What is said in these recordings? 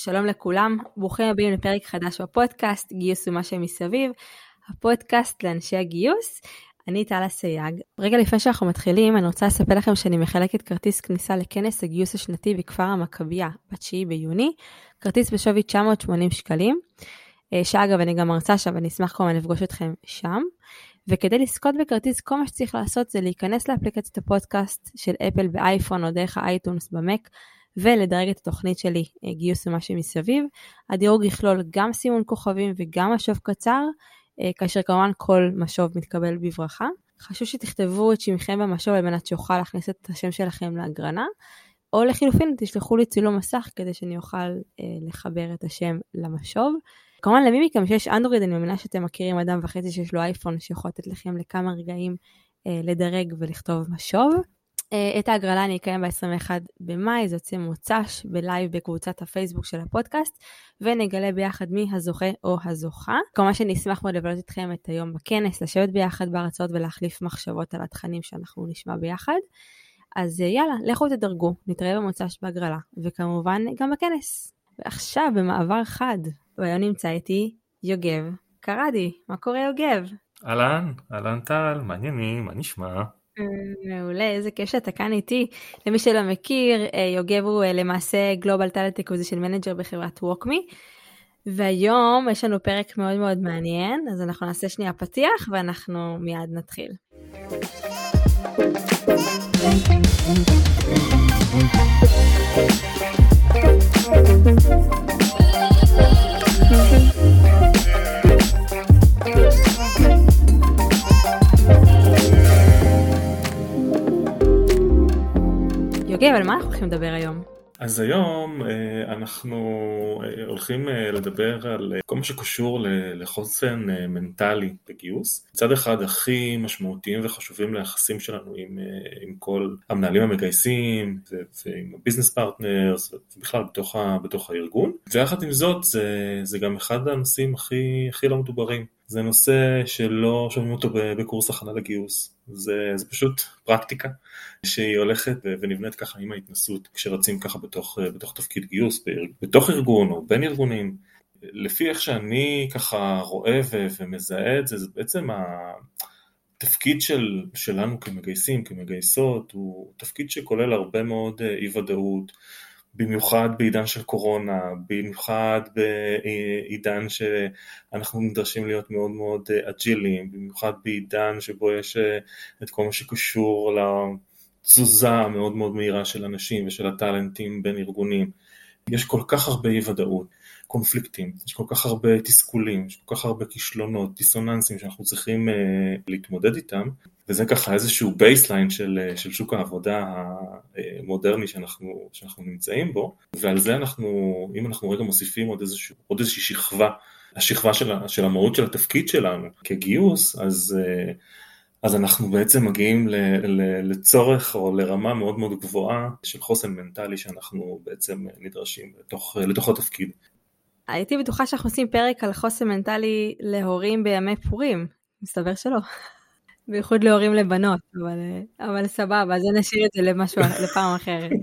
שלום לכולם, ברוכים הבאים לפרק חדש בפודקאסט, גיוס ומה שמסביב, הפודקאסט לאנשי הגיוס. אני טלה סייג. רגע לפני שאנחנו מתחילים, אני רוצה לספר לכם שאני מחלקת כרטיס כניסה לכנס הגיוס השנתי בכפר המכבייה, ב9 ביוני, כרטיס בשווי 980 שקלים, שאגב אני גם מרצה שם, ואני אשמח כמובן לפגוש אתכם שם, וכדי לזכות בכרטיס, כל מה שצריך לעשות זה להיכנס לאפליקציית הפודקאסט של אפל באייפון או דרך האייטונס במק, ולדרג את התוכנית שלי, גיוס ומה שמסביב. הדירוג יכלול גם סימון כוכבים וגם משוב קצר, כאשר כמובן כל משוב מתקבל בברכה. חשוב שתכתבו את שמכם במשוב על מנת שיוכל להכניס את השם שלכם להגרנה, או לחילופין תשלחו לי צילום מסך כדי שאני אוכל לחבר את השם למשוב. כמובן למי מכם שיש אנדרואיד, אני מאמינה שאתם מכירים אדם וחצי שיש לו אייפון שיכול לתת לכם לכמה רגעים לדרג ולכתוב משוב. את ההגרלה אני אקיים ב-21 במאי, זה יוצא מוצ"ש בלייב בקבוצת הפייסבוק של הפודקאסט, ונגלה ביחד מי הזוכה או הזוכה. כמובן שאני אשמח מאוד לבלות איתכם את היום בכנס, לשבת ביחד בהרצאות ולהחליף מחשבות על התכנים שאנחנו נשמע ביחד. אז יאללה, לכו תדרגו, נתראה במוצ"ש בהגרלה, וכמובן גם בכנס. ועכשיו במעבר חד, והיום נמצא איתי יוגב קרדי. מה קורה יוגב? אהלן טל, מעניינים, מה נשמע? מעולה, איזה כיף שאתה כאן איתי. למי שלא מכיר, יוגב הוא למעשה גלובל טאלנט אקוויזישן מנג'ר בחברת ווקמי, והיום יש לנו פרק מאוד מאוד מעניין, אז אנחנו נעשה שנייה פתיח ואנחנו מיד נתחיל. יוגב, על מה אנחנו הולכים לדבר היום? אז היום אנחנו הולכים לדבר על כל מה שקשור לחוסן מנטלי בגיוס. מצד אחד הכי משמעותיים וחשובים ליחסים שלנו עם כל המנהלים המגייסים ועם הביזנס פרטנרס ובכלל בתוך הארגון. ויחד עם זאת זה גם אחד הנושאים הכי לא מדוברים. זה נושא שלא שומעים אותו בקורס הכנה לגיוס. זה פשוט פרקטיקה שהיא הולכת ונבנית ככה עם ההתנסות כשרצים ככה בתוך תפקיד גיוס, בתוך ארגון או בין ארגונים. לפי איך שאני ככה רואה ומזהה את זה, זה בעצם התפקיד שלנו כמגייסים, כמגייסות, הוא תפקיד שכולל הרבה מאוד אי ודאות, במיוחד בעידן של קורונה, במיוחד בעידן שאנחנו נדרשים להיות מאוד מאוד אג'ילים, במיוחד בעידן שבו יש את כל מה שקשור לתזוזה מאוד מאוד מהירה של אנשים ושל הטלנטים בין ארגונים. יש כל כך הרבה אי ודאות, קונפליקטים, יש כל כך הרבה תסכולים, יש כל כך הרבה כישלונות, דיסוננסים שאנחנו צריכים להתמודד איתם, וזה ככה איזשהו בייסליין של שוק העבודה המודרני שאנחנו נמצאים בו, ועל זה אם אנחנו רגע מוסיפים עוד איזושהי שכבה, השכבה של המהות של התפקיד שלנו כגיוס, אז אנחנו בעצם מגיעים לצורך או לרמה מאוד מאוד גבוהה של חוסן מנטלי שאנחנו בעצם נדרשים לתוך התפקיד. הייתי בטוחה שאנחנו עושים פרק על חוסן מנטלי להורים בימי פורים, מסתבר שלא. בייחוד להורים לבנות, אבל סבבה, אז נשאיר את זה לפעם אחרת.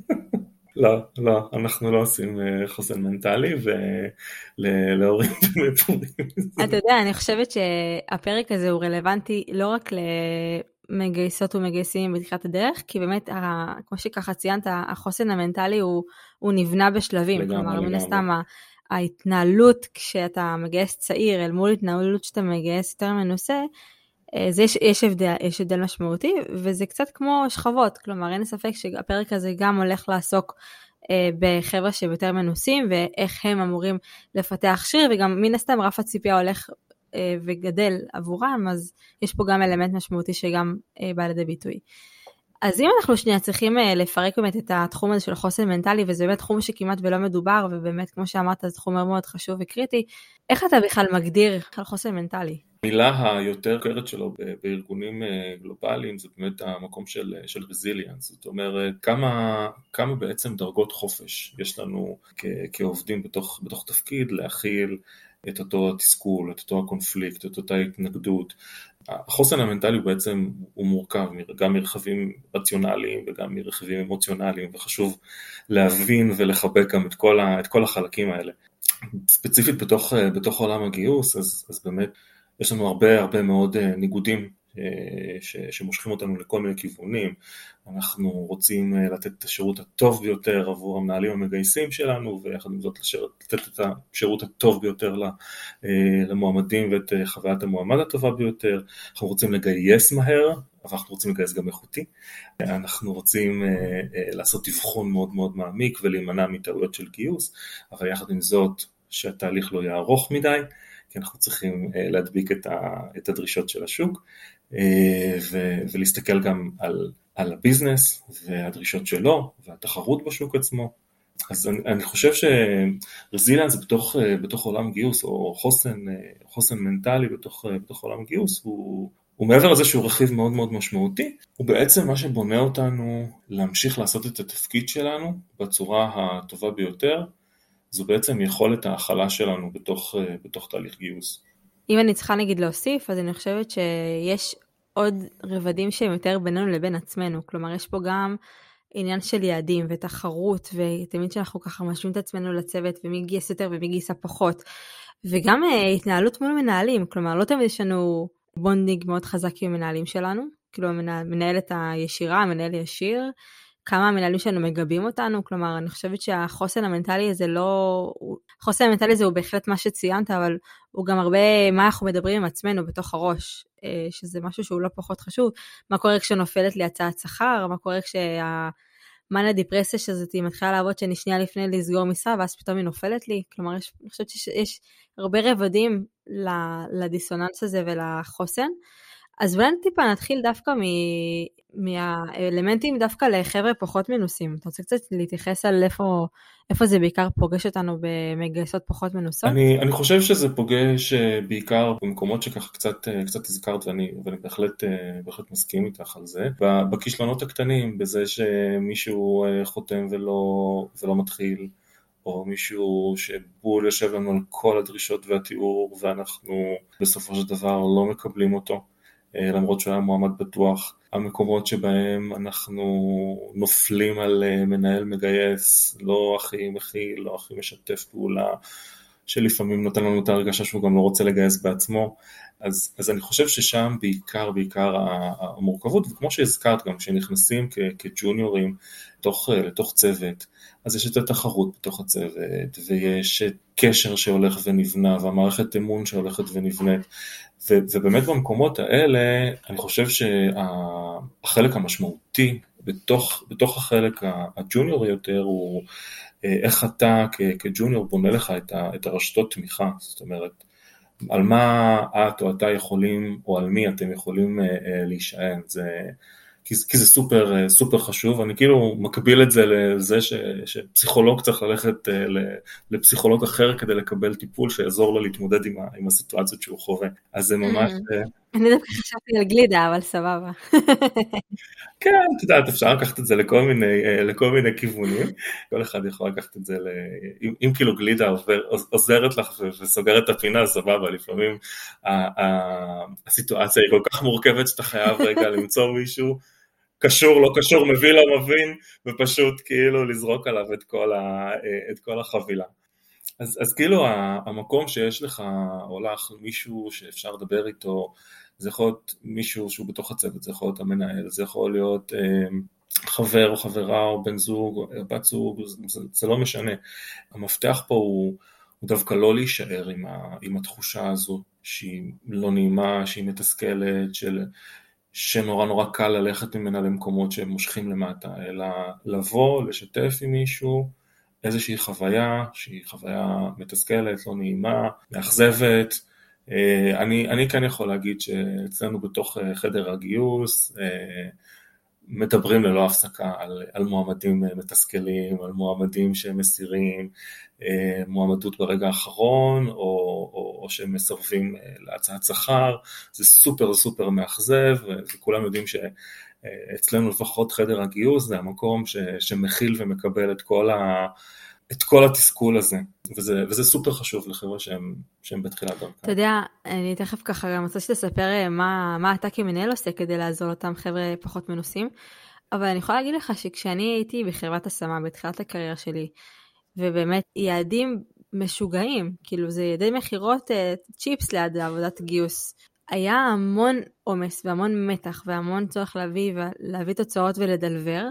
לא, אנחנו לא עושים חוסן מנטלי ולהורים בימי פורים. אתה יודע, אני חושבת שהפרק הזה הוא רלוונטי לא רק למגייסות ומגייסים בתחילת הדרך, כי באמת, כמו שככה ציינת, החוסן המנטלי הוא נבנה בשלבים. כלומר, מן הסתם ההתנהלות כשאתה מגייס צעיר אל מול התנהלות שאתה מגייס יותר מנוסה, יש הבדל משמעותי, וזה קצת כמו שכבות, כלומר אין ספק שהפרק הזה גם הולך לעסוק בחבר'ה שיותר מנוסים, ואיך הם אמורים לפתח שריר, וגם מן הסתם רף הציפייה הולך וגדל עבורם, אז יש פה גם אלמנט משמעותי שגם בא לידי ביטוי. אז אם אנחנו שנייה צריכים לפרק באמת את התחום הזה של חוסן מנטלי, וזה באמת תחום שכמעט ולא מדובר, ובאמת כמו שאמרת זה תחום מאוד חשוב וקריטי, איך אתה בכלל מגדיר על חוסן מנטלי? המילה היותר קרת שלו בארגונים גלובליים זה באמת המקום של resilience, זאת אומרת כמה בעצם דרגות חופש יש לנו כעובדים בתוך תפקיד להכיל את אותו תסכול, את אותו הקונפליקט, את אותה התנגדות, החוסן המנטלי הוא בעצם, הוא מורכב גם מרכיבים רציונליים וגם מרכיבים אמוציונליים, וחשוב להבין ולחבק גם את כל החלקים האלה. ספציפית בתוך עולם הגיוס, אז באמת יש לנו הרבה מאוד ניגודים שמושכים אותנו לכל מיני כיוונים. אנחנו רוצים לתת את השירות הטוב ביותר עבור המנהלים המגייסים שלנו, ויחד עם זאת לתת את השירות הטוב ביותר למועמדים ואת חוויית המועמד הטובה ביותר. אנחנו רוצים לגייס מהר, אבל אנחנו רוצים לגייס גם איכותי. אנחנו רוצים לעשות אבחון מאוד מאוד מעמיק ולהימנע מטעויות של גיוס, אבל יחד עם זאת שהתהליך לא יהיה ארוך מדי, כי אנחנו צריכים להדביק את הדרישות של השוק, ולהסתכל גם על הביזנס והדרישות שלו, והתחרות בשוק עצמו. אז אני חושב שרזילנס בתוך עולם גיוס, או חוסן מנטלי בתוך עולם גיוס, הוא מעבר לזה שהוא רכיב מאוד מאוד משמעותי, הוא בעצם מה שבונה אותנו להמשיך לעשות את התפקיד שלנו בצורה הטובה ביותר, זו בעצם יכולת ההכלה שלנו בתוך תהליך גיוס. אם אני צריכה נגיד להוסיף, אז אני חושבת שיש עוד רבדים שהם יותר בינינו לבין עצמנו, כלומר יש פה גם עניין של יעדים ותחרות, ותמיד שאנחנו ככה משווים את עצמנו לצוות, ומי גייס יותר ומי גייסה פחות, וגם התנהלות מול מנהלים, כלומר לא תמיד יש לנו בונדינג מאוד חזק עם מנהלים שלנו, כאילו המנהלת הישירה, המנהל ישיר, כמה המנהלים שלנו מגבים אותנו, כלומר אני חושבת שהחוסן המנטלי הזה החוסן המנטלי הזה הוא בהחלט מה שציינת, אבל הוא גם הרבה מה אנחנו מדברים עם עצמנו בתוך הראש, שזה משהו שהוא לא פחות חשוב, מה קורה כשנופלת לי הצעת שכר, מה קורה כשהמאניה דיפרסיה שזאת היא מתחילה לעבוד שאני שנייה לפני לסגור משרה, ואז פתאום היא נופלת לי, כלומר אני חושבת שיש הרבה רבדים לדיסוננס הזה ולחוסן, אז אולי טיפה נתחיל דווקא מהאלמנטים דווקא לחבר'ה פחות מנוסים. אתה רוצה קצת להתייחס על איפה זה בעיקר פוגש אותנו במגייסות פחות מנוסות? אני חושב שזה פוגש בעיקר במקומות שככה קצת הזכרת, ואני בהחלט מסכים איתך על זה. בכישלונות הקטנים, בזה שמישהו חותם ולא מתחיל, או מישהו שבול יושב לנו על כל הדרישות והתיאור, ואנחנו בסופו של דבר לא מקבלים אותו. למרות שהוא היה מועמד בטוח, המקומות שבהם אנחנו נופלים על מנהל מגייס, לא הכי מכיל, לא הכי משתף פעולה, שלפעמים נותן לנו את הרגשה שהוא גם לא רוצה לגייס בעצמו, אז אני חושב ששם בעיקר המורכבות, וכמו שהזכרת גם, כשנכנסים כג'וניורים לתוך צוות, אז יש את התחרות בתוך הצוות, ויש קשר שהולך ונבנה, והמערכת אמון שהולכת ונבנית, ובאמת במקומות האלה, אני חושב שהחלק המשמעותי בתוך החלק הג'וניורי יותר, הוא איך אתה כג'וניור בונה לך את הרשתות תמיכה, זאת אומרת, על מה את או אתה יכולים, או על מי אתם יכולים להישען, כי זה סופר חשוב. אני כאילו מקביל את זה לזה שפסיכולוג צריך ללכת לפסיכולוג אחר כדי לקבל טיפול שיעזור לו להתמודד עם הסיטואציות שהוא חווה. אז זה ממש... אני דווקא חשבתי על גלידה, אבל סבבה. כן, אתה יודעת, אפשר לקחת את זה לכל מיני כיוונים. כל אחד יכול לקחת את זה, אם כאילו גלידה עוזרת לך וסוגרת את הפינה, סבבה, לפעמים הסיטואציה היא כל כך מורכבת שאתה חייב רגע למצוא מישהו, קשור, לא קשור, מביא, לא מבין, ופשוט כאילו לזרוק עליו את כל החבילה. אז כאילו המקום שיש לך, או לך מישהו שאפשר לדבר איתו, זה יכול להיות מישהו שהוא בתוך הצוות, זה יכול להיות המנהל, זה יכול להיות חבר או חברה או בן זוג או בת זוג, זה לא משנה. המפתח פה הוא דווקא לא להישאר עם התחושה הזו, שהיא לא נעימה, שהיא מתסכלת, שנורא קל ללכת ממנה למקומות שהם מושכים למטה, אלא לבוא, לשתף עם מישהו, איזושהי חוויה, שהיא חוויה מתסכלת, לא נעימה, מאכזבת. אני כאן יכול להגיד שאצלנו בתוך חדר הגיוס, מדברים ללא הפסקה על מועמדים מתסכלים, על מועמדים שמסירים מועמדות ברגע האחרון, או שהם מסרבים להצעת שכר. זה סופר מאכזב, וכולם יודעים שאצלנו לפחות חדר הגיוס זה המקום שמכיל ומקבל את כל התסכול הזה. וזה סופר חשוב לחבר'ה שהם בתחילת דרכם. אתה יודע, אני תכף ככה גם רוצה שתספר מה אתה כמנהל עושה כדי לעזור לאותם חבר'ה פחות מנוסים, אבל אני יכולה להגיד לך שכשאני הייתי בחברת השמה בתחילת הקריירה שלי, ובאמת יעדים משוגעים, כאילו זה יעדי מחירות צ'יפס ליד עבודת גיוס, היה המון עומס והמון מתח והמון צורך להביא תוצאות ולדלבר,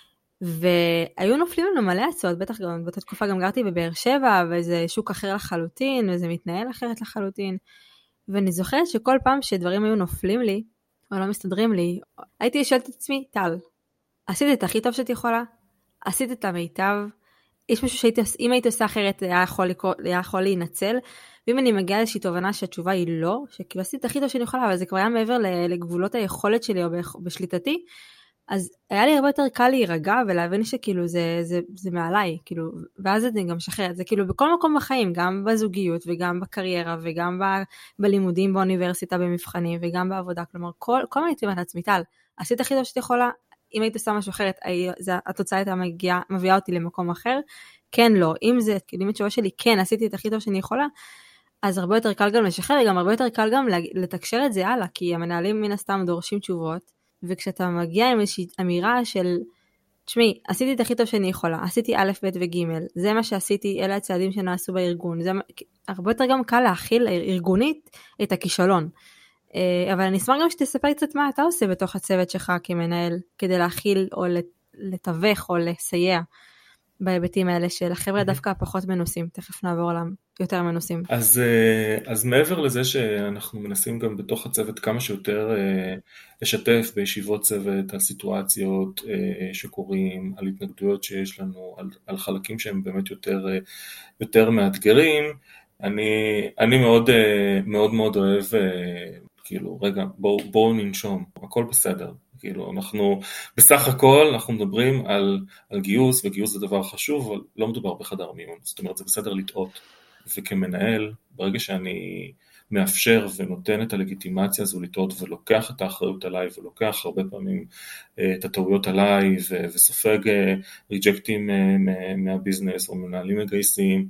והיו נופלים לנו מלא הצעות, בטח גם באותה תקופה גם גרתי בבאר שבע, וזה שוק אחר לחלוטין, וזה מתנהל אחרת לחלוטין, ואני זוכרת שכל פעם שדברים היו נופלים לי, או לא מסתדרים לי, הייתי שואלת את עצמי, טל, עשית את הכי טוב שאת יכולה? עשית את המיטב? יש משהו שאם הייתי עושה אחרת, היה יכול להינצל, ואם אני מגיעה לאיזושהי תובנה שהתשובה היא לא, שכאילו עשיתי את הכי טוב שאני יכולה, אבל זה כבר היה מעבר לגבולות היכולת שלי או בשליטתי, אז היה לי הרבה יותר קל להירגע ולהבין שכאילו זה מעליי, כאילו, ואז אני גם משחררת, זה כאילו בכל מקום בחיים, גם בזוגיות וגם בקריירה וגם בלימודים באוניברסיטה במבחנים וגם בעבודה, כלומר כל מה הייתי אומרת לעצמי, טל, עשית הכי טוב שאת יכולה, אם היית עושה משהו אחרת, התוצאה הייתה מביאה אותי למקום אחר, כן לא, אם התשובה שלי כן, עשיתי את הכי טוב שאני יכולה, אז הרבה יותר קל גם לשחרר, גם הרבה יותר קל גם לתקשר את זה הלאה, כי המנהלים מן הסתם דורשים תשובות, וכשאתה מגיע עם איזושהי אמירה של, תשמעי, עשיתי את הכי טוב שאני יכולה, עשיתי א', ב' וג', זה מה שעשיתי, אלה הצעדים שנעשו בארגון, זה הרבה יותר גם קל להכיל ארגונית את הכישלון. אבל אני אשמח גם שתספר קצת מה אתה עושה בתוך הצוות שלך כמנהל, כדי להכיל או לתווך או לסייע בהיבטים האלה של החבר'ה דווקא פחות מנוסים, תכף נעבור עליהם יותר מנוסים. אז מעבר לזה שאנחנו מנסים גם בתוך הצוות כמה שיותר לשתף בישיבות צוות על סיטואציות שקורים, על התנגדויות שיש לנו, על חלקים שהם באמת יותר מאתגרים, אני מאוד מאוד אוהב, כאילו רגע בואו ננשום, הכל בסדר. כאילו אנחנו, בסך הכל אנחנו מדברים על גיוס, וגיוס זה דבר חשוב, אבל לא מדובר בחדר מיון, זאת אומרת זה בסדר לטעות, וכמנהל, ברגע שאני מאפשר ונותן את הלגיטימציה הזו לטעות, ולוקח את האחריות עליי, ולוקח הרבה פעמים את הטעויות עליי, וסופג ריג'קטים מהביזנס, או מנהלים מגייסים,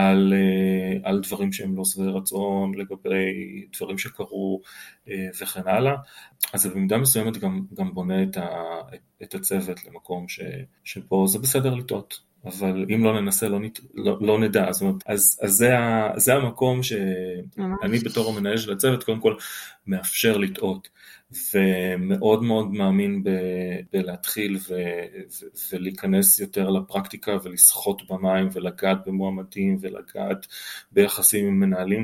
על דברים שהם לא שבעי רצון, לגבי דברים שקרו וכן הלאה. אז זה במידה מסוימת גם בונה את הצוות למקום שבו זה בסדר לטעות, אבל אם לא ננסה לא נדע. זאת אומרת, אז זה המקום שאני בתור המנהל של הצוות קודם כל מאפשר לטעות, ומאוד מאוד מאמין בלהתחיל ולהיכנס יותר לפרקטיקה ולשחות במים ולגעת במועמדים ולגעת ביחסים עם מנהלים,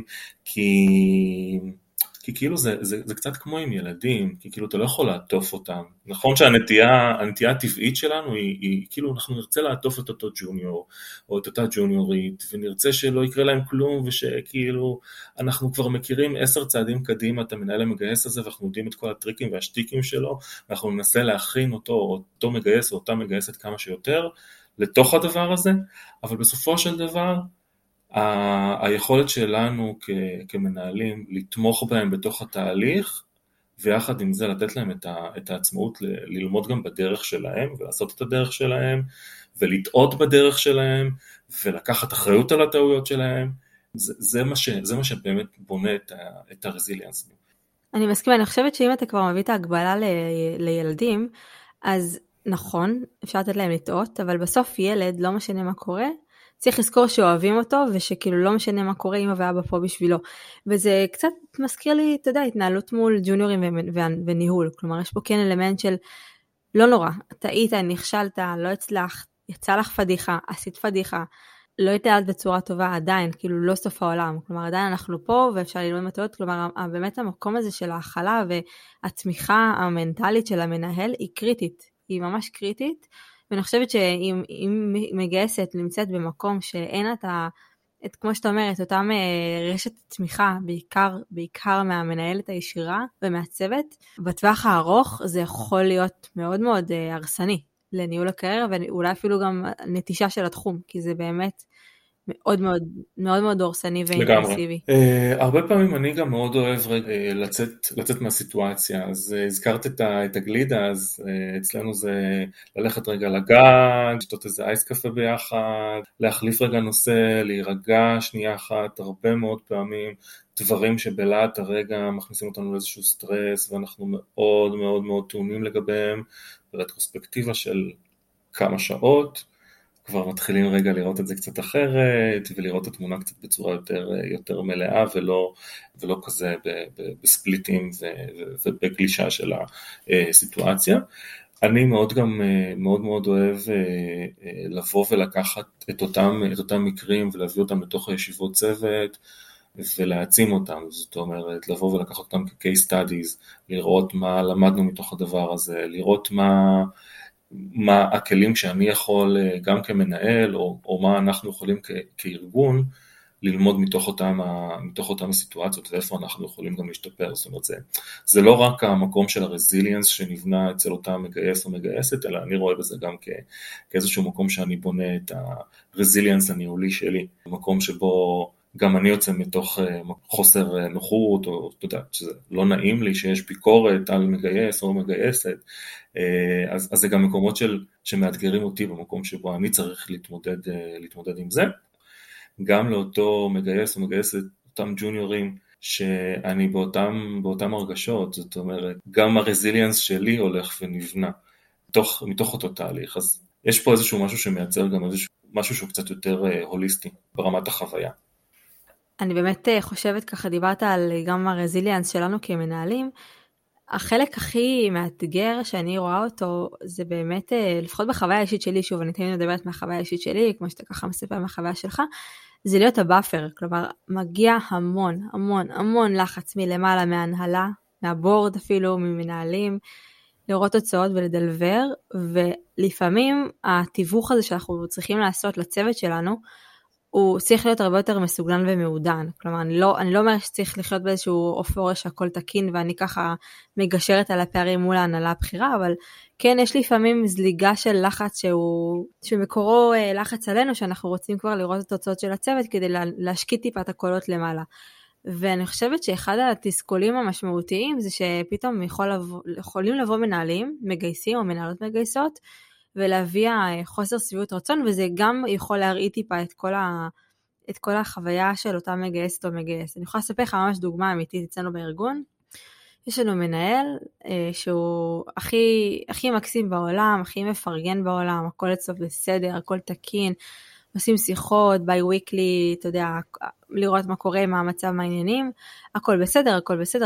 כי כאילו זה קצת כמו עם ילדים, כי כאילו אתה לא יכול לעטוף אותם. נכון שהנטייה הטבעית שלנו היא כאילו אנחנו נרצה לעטוף את אותו ג'וניור, או את אותה ג'וניורית, ונרצה שלא יקרה להם כלום, ושכאילו אנחנו כבר מכירים 10 צעדים קדימה את המנהל המגייס הזה, ואנחנו יודעים את כל הטריקים והשטיקים שלו, ואנחנו ננסה להכין אותו מגייס או אותה מגייסת כמה שיותר לתוך הדבר הזה, אבל בסופו של דבר, היכולת שלנו כמנהלים לתמוך בהם בתוך התהליך, ויחד עם זה לתת להם את העצמאות ללמוד גם בדרך שלהם, ולעשות את הדרך שלהם, ולטעות בדרך שלהם, ולקחת אחריות על הטעויות שלהם, זה מה שבאמת בונה את הרזיליאנס. אני מסכימה, אני חושבת שאם אתה כבר מביא את ההגבלה לילדים, אז נכון, אפשר לתת להם לטעות, אבל בסוף ילד, לא משנה מה קורה, צריך לזכור שאוהבים אותו, ושכאילו לא משנה מה קורה, אמא ואבא פה בשבילו. וזה קצת מזכיר לי, אתה יודע, התנהלות מול ג'וניורים וניהול. כלומר, יש פה כן אלמנט של, לא נורא, טעית, נכשלת, לא הצלחת, יצא לך פדיחה, עשית פדיחה, לא התנהלת בצורה טובה עדיין, כאילו לא סוף העולם. כלומר, עדיין אנחנו פה, ואפשר ללמוד מטעות. כלומר, באמת המקום הזה של ההכלה, והתמיכה המנטלית של המנהל, היא קריטית. היא ממש קריטית. ואני חושבת שאם מגייסת נמצאת במקום שאין את כמו שאתה אומרת, אותם רשת תמיכה, בעיקר מהמנהלת הישירה ומהצוות, בטווח הארוך זה יכול להיות מאוד מאוד הרסני לניהול הקריירה, ואולי אפילו גם נטישה של התחום, כי זה באמת מאוד מאוד מאוד מאוד דורסני לגמרי. ואינטנסיבי. הרבה פעמים אני גם מאוד אוהב לצאת מהסיטואציה, אז הזכרת את הגלידה, אז אצלנו זה ללכת רגע לגג, לשתות איזה אייס קפה ביחד, להחליף רגע נושא, להירגע שנייה אחת, הרבה מאוד פעמים דברים שבלעת הרגע מכניסים אותנו לאיזשהו סטרס, ואנחנו מאוד מאוד מאוד טעונים לגביהם, ברטרוספקטיבה של כמה שעות, כבר מתחילים רגע לראות את זה קצת אחרת, ולראות את התמונה קצת בצורה יותר מלאה, ולא כזה בספליטים ובגלישה של הסיטואציה. אני מאוד מאוד אוהב לבוא ולקחת את אותם מקרים, ולהביא אותם לתוך הישיבות צוות, ולהעצים אותם, זאת אומרת, לבוא ולקחת אותם כ-case studies, לראות מה למדנו מתוך הדבר הזה, לראות מה הכלים שאני יכול גם כמנהל, או מה אנחנו יכולים כארגון, ללמוד מתוך אותם הסיטואציות, ואיפה אנחנו יכולים גם להשתפר. זאת אומרת, זה לא רק המקום של הרזיליאנס שנבנה אצל אותם מגייס או מגייסת, אלא אני רואה בזה גם כאיזשהו מקום שאני בונה את הרזיליאנס הניהולי שלי, מקום שבו גם אני יוצא מתוך חוסר נוחות, או אתה יודע, שזה לא נעים לי שיש ביקורת על מגייס או מגייסת, אז זה גם מקומות שמאתגרים אותי במקום שבו אני צריך להתמודד עם זה. גם לאותו מגייס או מגייסת, אותם ג'וניורים, שאני באותם הרגשות, זאת אומרת, גם הרזיליאנס שלי הולך ונבנה מתוך אותו תהליך, אז יש פה איזשהו משהו שמייצר גם איזשהו משהו שהוא קצת יותר הוליסטי ברמת החוויה. אני באמת חושבת ככה, דיברת על גם הרזיליאנס שלנו כמנהלים, החלק הכי מאתגר שאני רואה אותו, זה באמת, לפחות בחוויה האישית שלי, שוב, אני תמיד מדברת מהחוויה האישית שלי, כמו שאתה ככה מספר מהחוויה שלך, זה להיות הבאפר, כלומר, מגיע המון לחץ מלמעלה, מהנהלה, מהבורד אפילו, ממנהלים, לראות תוצאות ולדלבר, ולפעמים התיווך הזה שאנחנו צריכים לעשות לצוות שלנו, הוא צריך להיות הרבה יותר מסוגלן ומעודן. כלומר, אני לא אומרת שצריך לחיות באיזשהו אופוריה שהכל תקין, ואני ככה מגשרת על הפערים מול ההנהלה הבחירה, אבל כן, יש לפעמים זליגה של לחץ שמקורו לחץ עלינו, שאנחנו רוצים כבר לראות את התוצאות של הצוות, כדי להשקיט טיפה את הקולות למעלה. ואני חושבת שאחד התסכולים המשמעותיים, זה שפתאום יכולים לבוא מנהלים, מגייסים או מנהלות מגייסות, ולהביא חוסר סביבות רצון, וזה גם יכול להראי טיפה את כל החוויה של אותה מגייסת או מגייס. אני יכולה לספר לך ממש דוגמה אמיתית אצלנו בארגון. יש לנו מנהל שהוא הכי מקסים בעולם, הכי מפרגן בעולם, הכל אצלו בסדר, הכל תקין, עושים שיחות, ביי וויקלי, אתה יודע, לראות מה קורה, מה המצב, מה העניינים, הכל בסדר,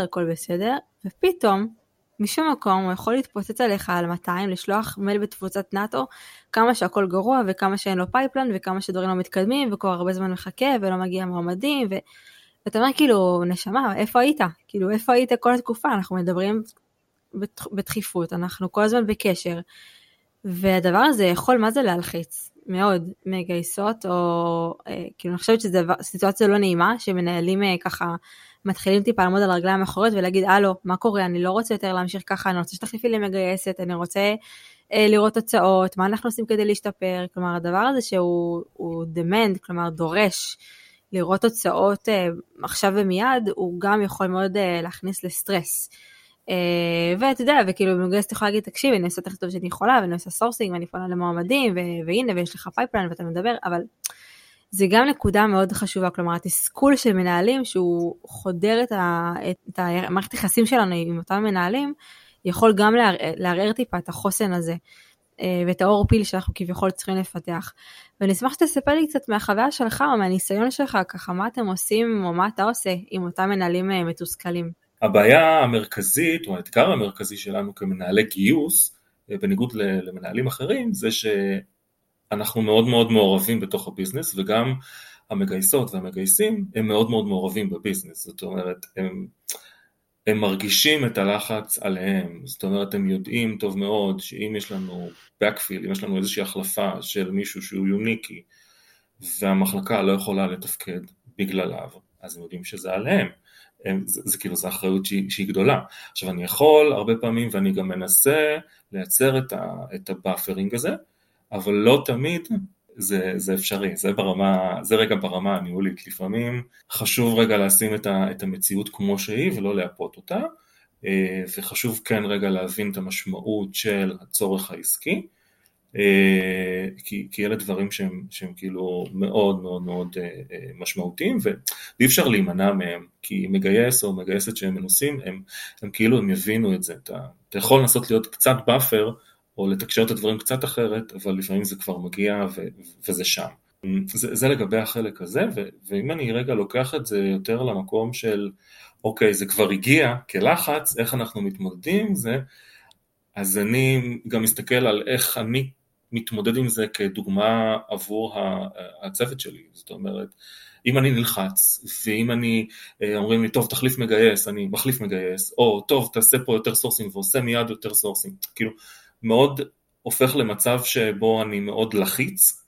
ופתאום, משום מקום הוא יכול להתפוצץ עליך על 200, לשלוח מייל בתפוצת נאטו, כמה שהכל גרוע וכמה שאין לו פייפלן וכמה שדברים לא מתקדמים וכבר הרבה זמן מחכה ולא מגיע מועמדים ואתה אומר כאילו נשמה איפה היית? כאילו איפה היית כל התקופה? אנחנו מדברים בדחיפות, אנחנו כל הזמן בקשר והדבר הזה יכול מה זה להלחיץ מאוד מגייסות או כאילו אני חושבת שזו סיטואציה לא נעימה שמנהלים ככה מתחילים טיפה לעמוד על הרגליים האחוריות ולהגיד, אלו, מה קורה? אני לא רוצה יותר להמשיך ככה, אני רוצה שתחליפי לי מגייסת, אני רוצה לראות תוצאות, מה אנחנו עושים כדי להשתפר? כלומר, הדבר הזה שהוא demand, כלומר, דורש לראות תוצאות עכשיו ומיד, הוא גם יכול מאוד להכניס לסטרס. ואתה יודע, וכאילו במגייסת יכולה להגיד, תקשיב, אני עושה הכי טוב שאני יכולה, ואני עושה סורסינג, ואני פונה למועמדים, והנה, ויש לך פייפליין, ואתה מדבר, אבל זה גם נקודה מאוד חשובה, כלומר, התסכול של מנהלים, שהוא חודר את המערכת היחסים שלנו עם אותם מנהלים, יכול גם לערער טיפה את החוסן הזה, ואת האור פיל שאנחנו כביכול צריכים לפתח. ואני אשמח שתספר לי קצת מהחוויה שלך, או מהניסיון שלך, ככה מה אתם עושים, או מה אתה עושה עם אותם מנהלים מתוסכלים. הבעיה המרכזית, או האתגר המרכזי שלנו כמנהלי גיוס, בניגוד למנהלים אחרים, זה אנחנו מאוד מאוד מעורבים בתוך הביזנס, וגם המגייסות והמגייסים הם מאוד מאוד מעורבים בביזנס, זאת אומרת, הם מרגישים את הלחץ עליהם, זאת אומרת, הם יודעים טוב מאוד שאם יש לנו backfill, אם יש לנו איזושהי החלפה של מישהו שהוא יוניקי, והמחלקה לא יכולה לתפקד בגלליו, אז הם יודעים שזה עליהם, זה כאילו, זו אחריות שהיא גדולה. עכשיו, אני יכול הרבה פעמים, ואני גם מנסה לייצר את הבאפרינג הזה, אבל לא תמיד זה אפשרי, זה רגע ברמה הניהולית. לפעמים חשוב רגע לשים את המציאות כמו שהיא ולא להפות אותה, וחשוב כן רגע להבין את המשמעות של הצורך העסקי, כי אלה דברים שהם כאילו מאוד מאוד מאוד משמעותיים, ואי אפשר להימנע מהם, כי מגייס או מגייסת שהם מנוסים, הם כאילו הם יבינו את זה. אתה יכול לנסות להיות קצת באפר, או לתקשר את הדברים קצת אחרת, אבל לפעמים זה כבר מגיע וזה שם. זה לגבי החלק הזה, ואם אני רגע לוקח את זה יותר למקום של, אוקיי, זה כבר הגיע כלחץ, איך אנחנו מתמודדים עם זה, אז אני גם מסתכל על איך אני מתמודד עם זה כדוגמה עבור הצוות שלי. זאת אומרת, אם אני נלחץ, ואם אני אומרים לי, טוב, תחליף מגייס, אני מחליף מגייס, או טוב, תעשה פה יותר סורסינג, ועושה מיד יותר סורסינג. כאילו, מאוד הופך למצב שבו אני מאוד לחיץ,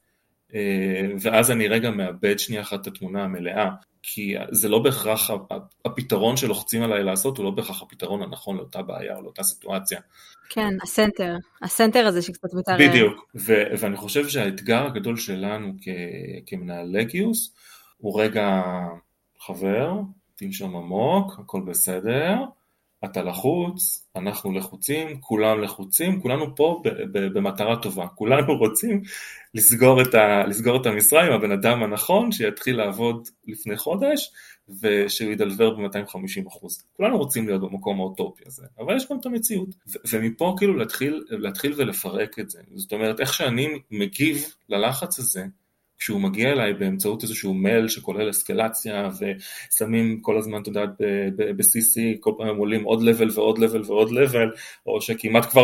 ואז אני רגע מאבד שנייה אחת את התמונה המלאה, כי זה לא בהכרח, הפתרון שלוחצים עליי לעשות, הוא לא בהכרח הפתרון הנכון לאותה בעיה או לאותה סיטואציה. כן, הסנטר הזה שקצת מתאר. בדיוק, ואני חושב שהאתגר הגדול שלנו כמנהלי גיוס, הוא רגע חבר, תנשום עמוק, הכל בסדר, אתה לחוץ, אנחנו לחוצים, כולם לחוצים, כולנו פה במטרה טובה, כולנו רוצים לסגור את המשרה עם הבן אדם הנכון, שיתחיל לעבוד לפני חודש, ושהוא ידלבר ב-250%. כולנו רוצים להיות במקום האוטופי הזה, אבל יש גם את המציאות, ומפה כאילו להתחיל ולפרק את זה. זאת אומרת, איך שאני מגיב ללחץ הזה, כשהוא מגיע אליי באמצעות איזשהו מייל שכולל אסקלציה, ושמים כל הזמן, אתה יודעת, ב-CC, כל פעם הם עולים עוד לבל ועוד לבל ועוד לבל, או שכמעט כבר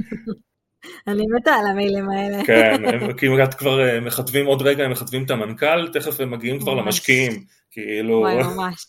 אני מתה על המיילים האלה. כן, הם כמעט כבר מכתבים עוד רגע, הם מכתבים את המנכ"ל, תכף הם מגיעים כבר למשקיעים, כאילו... וואי, ממש.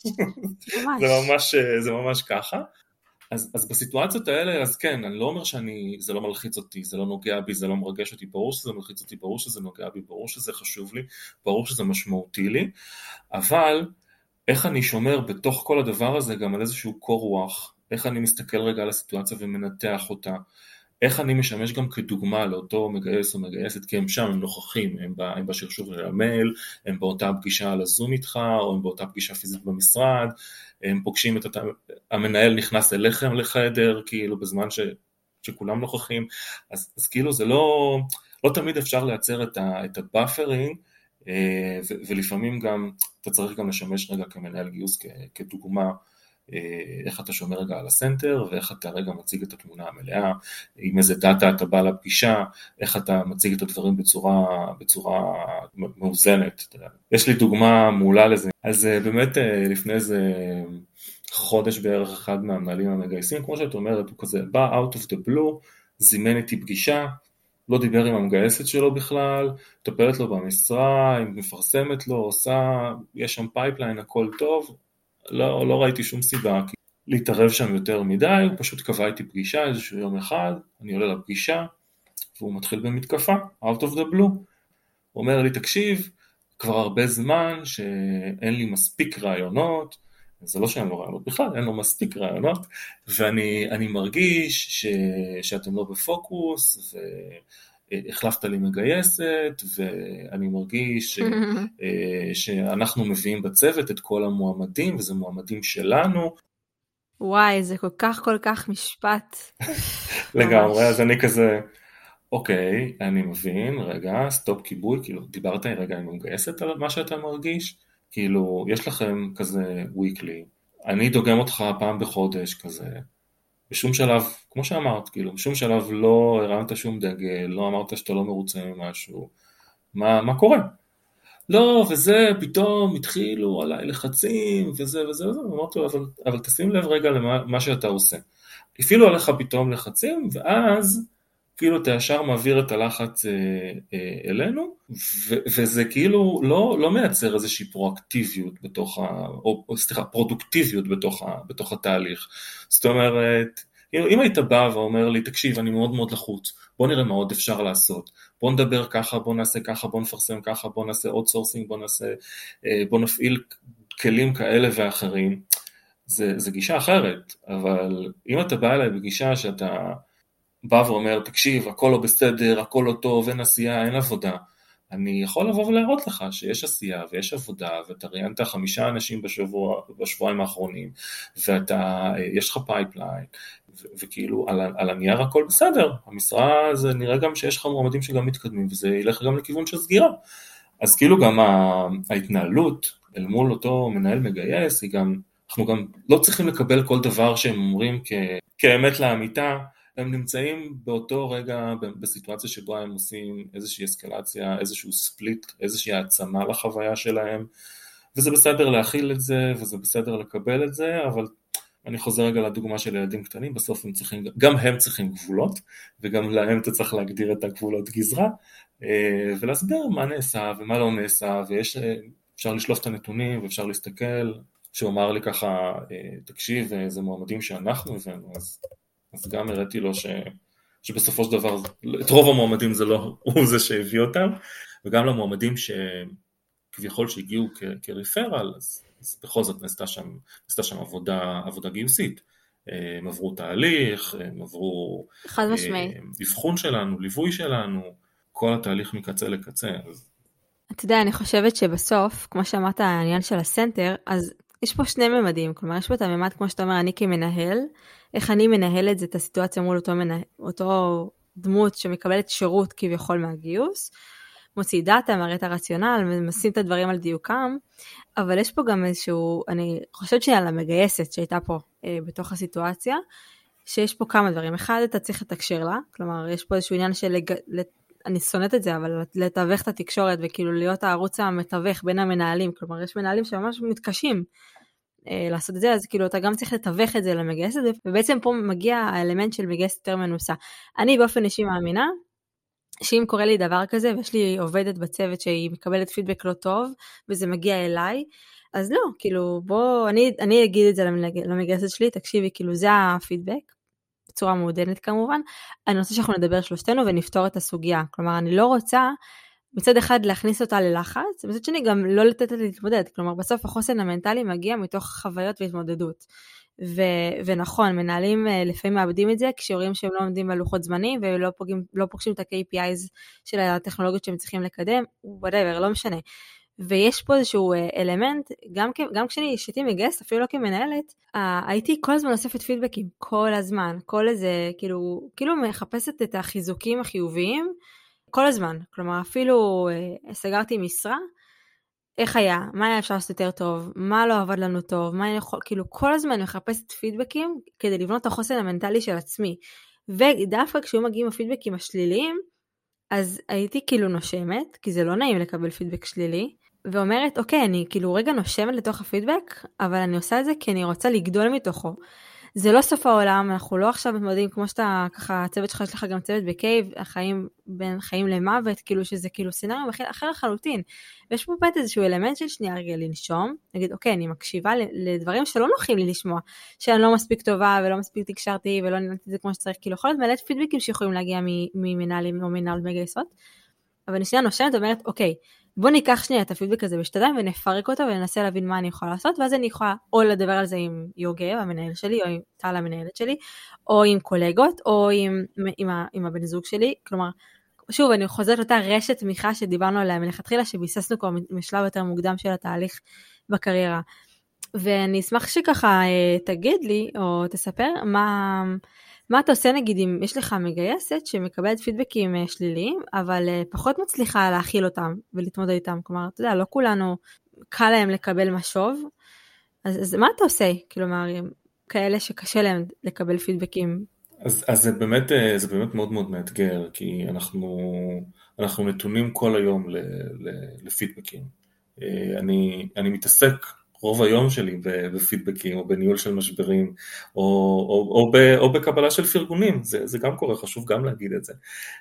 זה ממש ככה. אז בסיטואציות האלה, אז כן, אני לא אומר זה לא מלחיץ אותי, זה לא נוגע בי, זה לא מרגש אותי, ברור שזה מלחיץ אותי, ברור שזה נוגע בי, ברור שזה חשוב לי, ברור שזה משמעותי לי, אבל איך אני שומר בתוך כל הדבר הזה גם על איזשהו קור רוח, איך אני מסתכל רגע על הסיטואציה ומנתח אותה, איך אני משמש גם כדוגמה לאותו מגייס או מגייסת, כי הם שם, הם נוכחים, הם בשרשור של המייל, הם באותה פגישה על הזום איתך, או הם באותה פגישה פיזית במשרד, הם פוגשים המנהל נכנס אליכם לחדר, כאילו בזמן שכולם נוכחים, אז כאילו זה לא תמיד אפשר לייצר את הבאפרינג, ולפעמים גם, אתה צריך גם לשמש רגע כמנהל גיוס כדוגמה, איך אתה שומר רגע על הסנטר, ואיך אתה רגע מציג את התמונה המלאה, עם איזה דאטה אתה בא לפגישה, איך אתה מציג את הדברים בצורה מאוזנת. יש לי דוגמה מעולה לזה. אז באמת לפני איזה חודש בערך אחד מהמנהלים המגייסים, כמו שאת אומרת, הוא כזה בא out of the blue, זימן איתי פגישה, לא דיבר עם המגייסת שלו בכלל, טפלת לו במשרה, היא מפרסמת לו, עושה, יש שם פייפליין, הכל טוב, לא ראיתי שום סיבה להתערב שם יותר מדי, הוא פשוט קבע איתי פגישה איזשהו יום אחד, אני עולה לפגישה, והוא מתחיל במתקפה, out of the blue, הוא אומר לי, תקשיב, כבר הרבה זמן שאין לי מספיק רעיונות, זה לא שאין לו רעיונות בכלל, אין לו מספיק רעיונות, ואני מרגיש שאתם לא בפוקוס, החלפת לי מגייסת, ואני מרגיש שאנחנו מביאים בצוות את כל המועמדים, וזה מועמדים שלנו. וואי, זה כל כך משפט. לגמרי, אז אני כזה, אוקיי, אני מבין, רגע, סטופ כיבוי, כאילו, דיברת רגע עם המגייסת על מה שאתה מרגיש, כאילו, יש לכם כזה weekly, אני דוגם אותך פעם בחודש כזה, בשום שלב, כמו שאמרת, כאילו, בשום שלב לא הרמת שום דגל, לא אמרת שאתה לא מרוצה ממשהו, מה קורה? לא, וזה פתאום התחילו עליי לחצים, וזה, אמרתי לו, אבל תשים לב רגע למה שאתה עושה. הפעילו עליך פתאום לחצים, ואז כאילו אתה ישר מעביר את הלחץ אלינו, וזה כאילו לא מייצר איזושהי פרואקטיביות פרודוקטיביות בתוך התהליך. זאת אומרת, אם היית בא ואומר לי, תקשיב, אני מאוד מאוד לחוץ, בוא נראה מה עוד אפשר לעשות, בוא נדבר ככה, בוא נעשה ככה, בוא נפרסם ככה, בוא נעשה עוד סורסינג, בוא נפעיל כלים כאלה ואחרים, זה גישה אחרת, אבל אם אתה בא אליי בגישה שאתה בא ואומר, תקשיב, הכל לא בסדר, הכל לא טוב, אין עשייה, אין עבודה, אני יכול לבוא ולהראות לך שיש עשייה ויש עבודה, ואתה ראיינת 5 אנשים בשבועיים האחרונים, ויש לך פייפליין, וכאילו על הנייר הכל בסדר, המשרה זה נראה גם שיש לך מועמדים שגם מתקדמים, וזה ילך גם לכיוון של סגירה. אז כאילו גם ההתנהלות אל מול אותו מנהל מגייס, אנחנו גם לא צריכים לקבל כל דבר שהם אומרים כאמת לאמיתה, הם נמצאים באותו רגע בסיטואציה שבו הם עושים איזושהי אסקלציה, איזשהו ספליט, איזושהי העצמה לחוויה שלהם, וזה בסדר להכיל את זה, וזה בסדר לקבל את זה, אבל אני חוזר רגע לדוגמה של ילדים קטנים, בסוף גם הם צריכים גבולות, וגם להם אתה צריך להגדיר את הגבולות גזרה, ולהסביר מה נעשה ומה לא נעשה, אפשר לשלוף את הנתונים ואפשר להסתכל, שהוא אמר לי ככה, תקשיב, זה מועמדים שאנחנו הבאנו, אז גם הראיתי לו שבסופו של דבר, את רוב המועמדים זה לא הוא זה שהביא אותם, וגם למועמדים שכביכול שהגיעו כריפרל, אז בכל זאת נעשתה שם עבודה גיוסית. הם עברו תהליך, הם עברו אבחון שלנו, ליווי שלנו, כל התהליך מקצה לקצה. אתה יודע, אני חושבת שבסוף, כמו שאמרת העניין של הסנטר, אז יש פה שני ממדים, כלומר יש פה את הממד כמו שאתה אומר, אני כמנהל, איך אני מנהלת את הסיטואציה מול אותו דמות שמקבלת שירות כביכול מהגיוס, מוציא דאטה, מראה את הרציונל, ומשים את הדברים על דיוקם, אבל יש פה גם איזשהו, אני חושבת שעל המגייסת שהייתה פה בתוך הסיטואציה, שיש פה כמה דברים. אחד, אתה צריך לתקשר לה, כלומר יש פה איזשהו עניין של, אני שונאת את זה, אבל לתווך את התקשורת, וכאילו להיות הערוץ המתווך בין המנהלים, כלומר יש מנהלים שממש מתקשים לעשות את זה, אז כאילו אתה גם צריך לתווך את זה למגייסת, ובעצם פה מגיע האלמנט של מגייסת יותר מנוסה. אני באופן אישי מאמינה, שאם קורה לי דבר כזה, ויש לי עובדת בצוות שהיא מקבלת פידבק לא טוב, וזה מגיע אליי, אז לא, כאילו בוא, אני אגיד את זה למגייסת שלי, תקשיבי, כאילו זה הפידבק, בצורה מעודנת כמובן, אני רוצה שאנחנו נדבר שלושתנו ונפתור את הסוגיה, כלומר אני לא רוצה מצד אחד להכניס אותה ללחץ, מצד שני גם לא לתת לה להתמודד, כלומר בסוף החוסן המנטלי מגיע מתוך חוויות והתמודדות, ונכון, מנהלים לפעמים מאבדים את זה, כשרואים שהם לא עומדים בלוחות זמנים, ולא פוגשים את ה-KPIs של הטכנולוגיות שהם צריכים לקדם, whatever, לא משנה. ויש פה איזשהו אלמנט, גם כשאני אישיתי מגייס, אפילו לא כמנהלת, הייתי כל הזמן אוספת פידבקים, כל הזמן, כל איזה, כאילו מחפשת את החיזוקים החיוביים, כל הזמן, כלומר אפילו סגרתי משרה, איך היה, מה היה אפשר לעשות יותר טוב, מה לא עבד לנו טוב, מה אני יכול, כאילו כל הזמן מחפשת פידבקים, כדי לבנות את החוסן המנטלי של עצמי, ודווקא כשהיו מגיעים הפידבקים השליליים, אז הייתי כאילו נושמת, כי זה לא נעים לקבל פידבק שלילי, ואומרת, אוקיי, אני כאילו רגע נושמת לתוך הפידבק, אבל אני עושה את זה כי אני רוצה לגדול מתוכו. זה לא סוף העולם, אנחנו לא עכשיו מתמודדים, כמו שאתה, ככה, הצוות שלך, יש לך גם צוות בקייב, החיים בין חיים למוות, כאילו שזה כאילו סצנריו אחר לחלוטין. ויש פה באמת איזשהו אלמנט של שנייה רגע לנשום, נגיד, אוקיי, אני מקשיבה לדברים שלא נוחים לי לשמוע, שאני לא מספיק טובה ולא מספיק תקשרתי ולא ננתי את זה כמו שצריך, כאילו יכול להיות מלא פידבקים שיכולים להגיע ממנהלים או מנהל מגייסות, אבל אני שנייה נושמת ואומרת, אוקיי, בוא ניקח שנייה את הפידבק הזה בשתיים ונפרק אותו וננסה להבין מה אני יכולה לעשות, ואז אני יכולה או לדבר על זה עם יוגב, המנהל שלי, או עם טל המנהלת שלי, או עם קולגות, או עם הבן זוג שלי, כלומר, שוב, אני חוזרת אותה רשת תמיכה שדיברנו עליה מלכתחילה, שביססנו כבר משלב יותר מוקדם של התהליך בקריירה, ואני אשמח שככה תגיד לי, או תספר, מה אתה עושה נגיד אם יש לך מגייסת שמקבלת פידבקים שליליים, אבל פחות מצליחה להכיל אותם ולהתמודד איתם, כלומר, אתה יודע, לא כולנו קל להם לקבל משוב, אז מה אתה עושה? כלומר, כאלה שקשה להם לקבל פידבקים. אז זה באמת מאוד מאוד מאתגר, כי אנחנו נתונים כל היום לפידבקים. אני מתעסק רוב היום שלי בפידבקים, או בניהול של משברים, או בקבלה של פרגונים, זה גם קורה, חשוב גם להגיד את זה.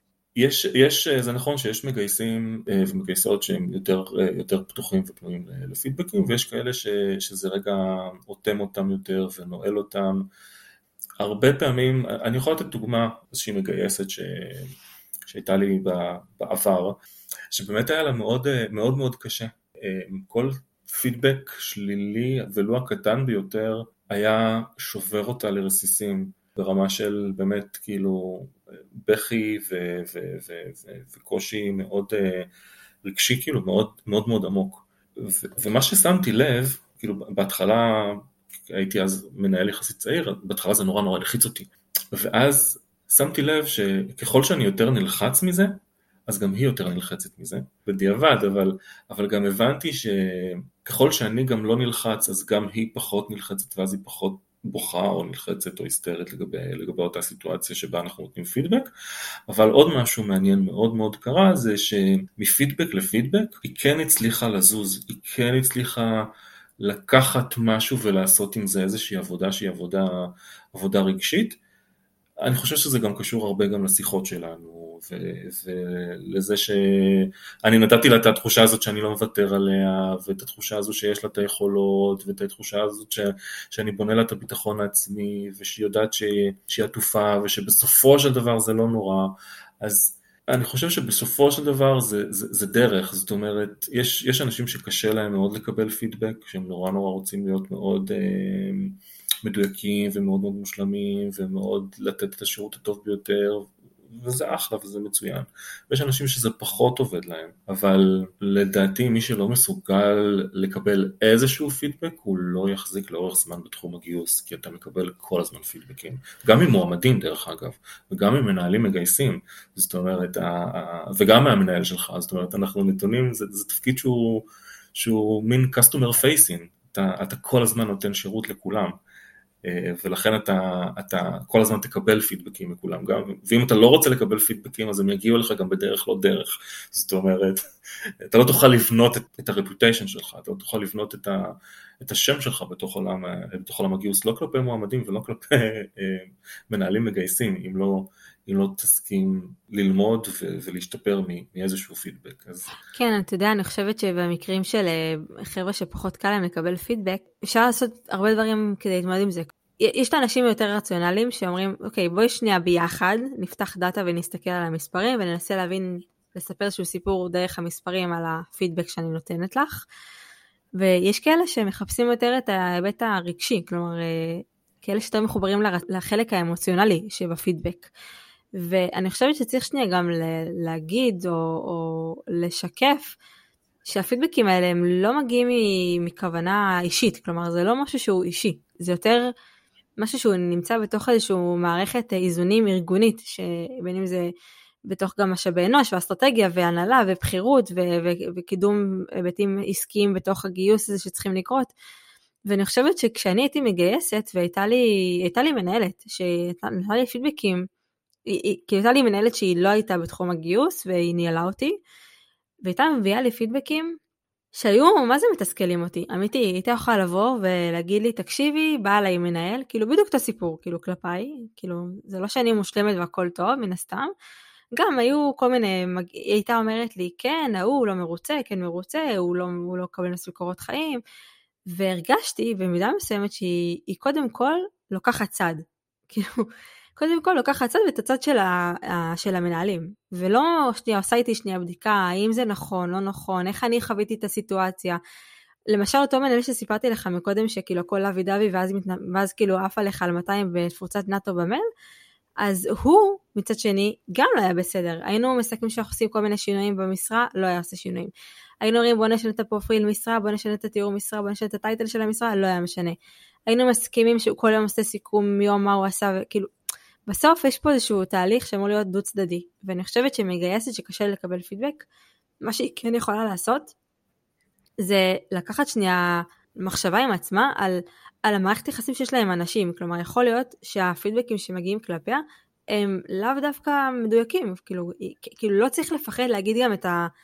זה נכון שיש מגייסים ומגייסות שהם יותר פתוחים ופנויים לפידבקים, ויש כאלה שזה רגע אוטם אותם יותר ונועל אותם. הרבה פעמים, אני יכול לתת דוגמה, איזושהי מגייסת שהייתה לי בעבר, שבאמת היה לה מאוד מאוד מאוד קשה. כל פידבק שלילי, ולא הקטן ביותר, היה שובר אותה לרסיסים, ברמה של באמת כאילו בכי וקושי מאוד רגשי כאילו מאוד מאוד מאוד עמוק. ומה ששמתי לב, כאילו בהתחלה, הייתי אז מנהל יחסית צעיר, בהתחלה זה נורא נורא לחיץ אותי. ואז שמתי לב שככל שאני יותר נלחץ מזה, אז גם היא יותר נלחצת מזה, בדיעבד, אבל גם הבנתי שככל שאני גם לא נלחץ, אז גם היא פחות נלחצת, ואז היא פחות בוכה או נלחצת או היסטרית לגבי אותה סיטואציה שבה אנחנו נותנים פידבק. אבל עוד משהו מעניין מאוד מאוד קרה, זה שמפידבק לפידבק, היא כן הצליחה לזוז, היא כן הצליחה לקחת משהו ולעשות עם זה איזושהי עבודה שהיא עבודה רגשית. אני חושב שזה גם קשור הרבה גם לשיחות שלנו, ולזה שאני נתתי לה את התחושה הזאת שאני לא מוותר עליה, ואת התחושה הזו שיש לה את היכולות, ואת התחושה הזאת שאני בונה לה את הביטחון העצמי, ושהיא יודעת שהיא עטופה, ושבסופו של דבר זה לא נורא. אז אני חושב שבסופו של דבר זה דרך, זאת אומרת, יש אנשים שקשה להם מאוד לקבל פידבק, שהם נורא נורא רוצים להיות מאוד מדויקים ומאוד מאוד מושלמים, ומאוד לתת את השירות הטוב ביותר, וזה אחלה וזה מצוין. ויש אנשים שזה פחות עובד להם, אבל לדעתי מי שלא מסוגל לקבל איזשהו פידבק, הוא לא יחזיק לאורך זמן בתחום הגיוס, כי אתה מקבל כל הזמן פידבקים, גם עם מועמדים דרך אגב, וגם עם מנהלים מגייסים, זאת אומרת, וגם מהמנהל שלך, זאת אומרת, אנחנו נתונים, זה תפקיד שהוא מין customer facing, אתה כל הזמן נותן שירות לכולם, ולכן אתה כל הזמן תקבל פידבקים מכולם גם, ואם אתה לא רוצה לקבל פידבקים, אז הם יגיעו לך גם בדרך לא דרך, זאת אומרת, אתה לא תוכל לבנות את הרפוטיישן שלך, אתה לא תוכל לבנות את השם שלך בתוך עולם הגיוס, לא כלפי מועמדים ולא כלפי מנהלים מגייסים, אם לא תסכים ללמוד ולהשתפר מאיזשהו פידבק. כן, אתה יודע, אני חושבת שבמקרים של חבר'ה שפחות קל להם לקבל פידבק, אפשר לעשות הרבה דברים כדי להתמודד עם זה. יש את האנשים יותר רציונליים שאומרים, אוקיי, בואי שנייה ביחד, נפתח דאטה ונסתכל על המספרים, וננסה לספר איזשהו סיפור דרך המספרים על הפידבק שאני נותנת לך. ויש כאלה שמחפשים יותר את ההיבט הרגשי, כלומר, כאלה שיותר מחוברים לחלק האמוציונלי שבפידבק. ואני חושבת שצריך שנייה גם להגיד או לשקף שהפידבקים האלה הם לא מגיעים מכוונה אישית, כלומר זה לא משהו שהוא אישי, זה יותר משהו שהוא נמצא בתוך איזשהו מערכת איזונים ארגונית, שבין אם זה בתוך גם משאבי אנוש ואסטרטגיה והנהלה ובחירות וקידום היבטים עסקיים בתוך הגיוס הזה שצריכים לקרות. ואני חושבת שכשאני הייתי מגייסת והייתה לי מנהלת שנתנה לי פידבקים, כי הייתה לי מנהלת שהיא לא הייתה בתחום הגיוס, והיא ניהלה אותי, והייתה מביאה לי פידבקים, שהיו, מה זה מתסכלים אותי? אמיתי, הייתה יכולה לבוא ולהגיד לי, תקשיבי, באה עליי מנהל, כאילו בדיוק את הסיפור, כאילו כלפיי, כאילו, זה לא שאני מושלמת והכל טוב, מן הסתם, גם היו כל מיני, היא הייתה אומרת לי, כן, הוא לא מרוצה, כן מרוצה, הוא לא קבל מספיק קורות חיים, והרגשתי במידה מסוימת שהיא קודם כל לוקחת צד, כאילו, קודם כל לוקחת צד ואת הצד של המנהלים, ולא שנייה, עושה איתי שנייה בדיקה, האם זה נכון, לא נכון, איך אני חוויתי את הסיטואציה, למשל אותו מנהל שסיפרתי לך מקודם, שכאילו הכל אבי דבי, ואז כאילו עף עליך על 200 בתפוצת נאטו במייל, אז הוא מצד שני גם לא היה בסדר, היינו מסתכלים שאנחנו עושים כל מיני שינויים במשרה, לא היה עושה שינויים, היינו אומרים בוא נשנה את הפרופיל משרה, בוא נשנה את התיאור משרה, בוא נשנה את הטייטל של המשרה, לא היה משנה, היינו מסכימים שהוא כל יום עושה סיכום יום מה הוא עשה, וכאילו בסוף יש פה איזשהו תהליך שאמור להיות דו צדדי, ואני חושבת שמגייסת שקשה לקבל פידבק, מה שהיא כן יכולה לעשות, זה לקחת שנייה מחשבה עם עצמה על המערכת יחסים שיש להם אנשים, כלומר יכול להיות שהפידבקים שמגיעים כלפיה, הם לאו דווקא מדויקים, כאילו לא צריך לפחד להגיד גם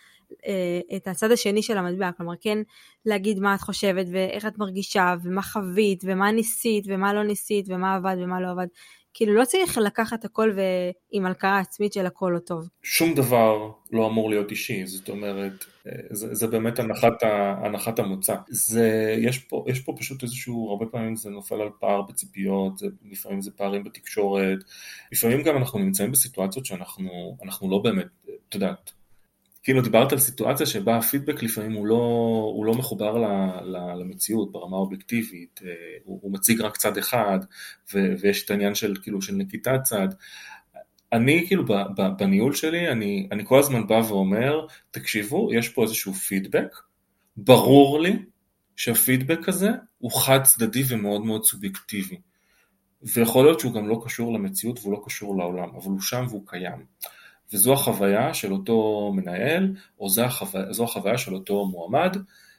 את הצד השני של המטבע, כלומר כן להגיד מה את חושבת, ואיך את מרגישה, ומה חווית, ומה ניסית, ומה לא ניסית, ומה עבד, ומה לא עבד, כאילו לא צריך לקחת הכל ועם הלקאה עצמית של הכל לא טוב. שום דבר לא אמור להיות אישי, זאת אומרת, זה באמת הנחת המוצא. יש פה פשוט איזשהו, הרבה פעמים זה נופל על פער בציפיות, לפעמים זה פערים בתקשורת, לפעמים גם אנחנו נמצאים בסיטואציות שאנחנו לא באמת, אתה יודעת, כאילו דיברת על סיטואציה שבה הפידבק לפעמים הוא לא מחובר למציאות ברמה האובייקטיבית, הוא מציג רק צד אחד, ויש את העניין של כאילו של נקיטת צד, אני כאילו בניהול שלי, אני כל הזמן בא ואומר, תקשיבו, יש פה איזשהו פידבק, ברור לי שהפידבק הזה הוא חד צדדי ומאוד מאוד סובייקטיבי. ויכול להיות שהוא גם לא קשור למציאות והוא לא קשור לעולם, אבל הוא שם והוא קיים. וזו החוויה של אותו מנהל, או זו החוויה של אותו מועמד,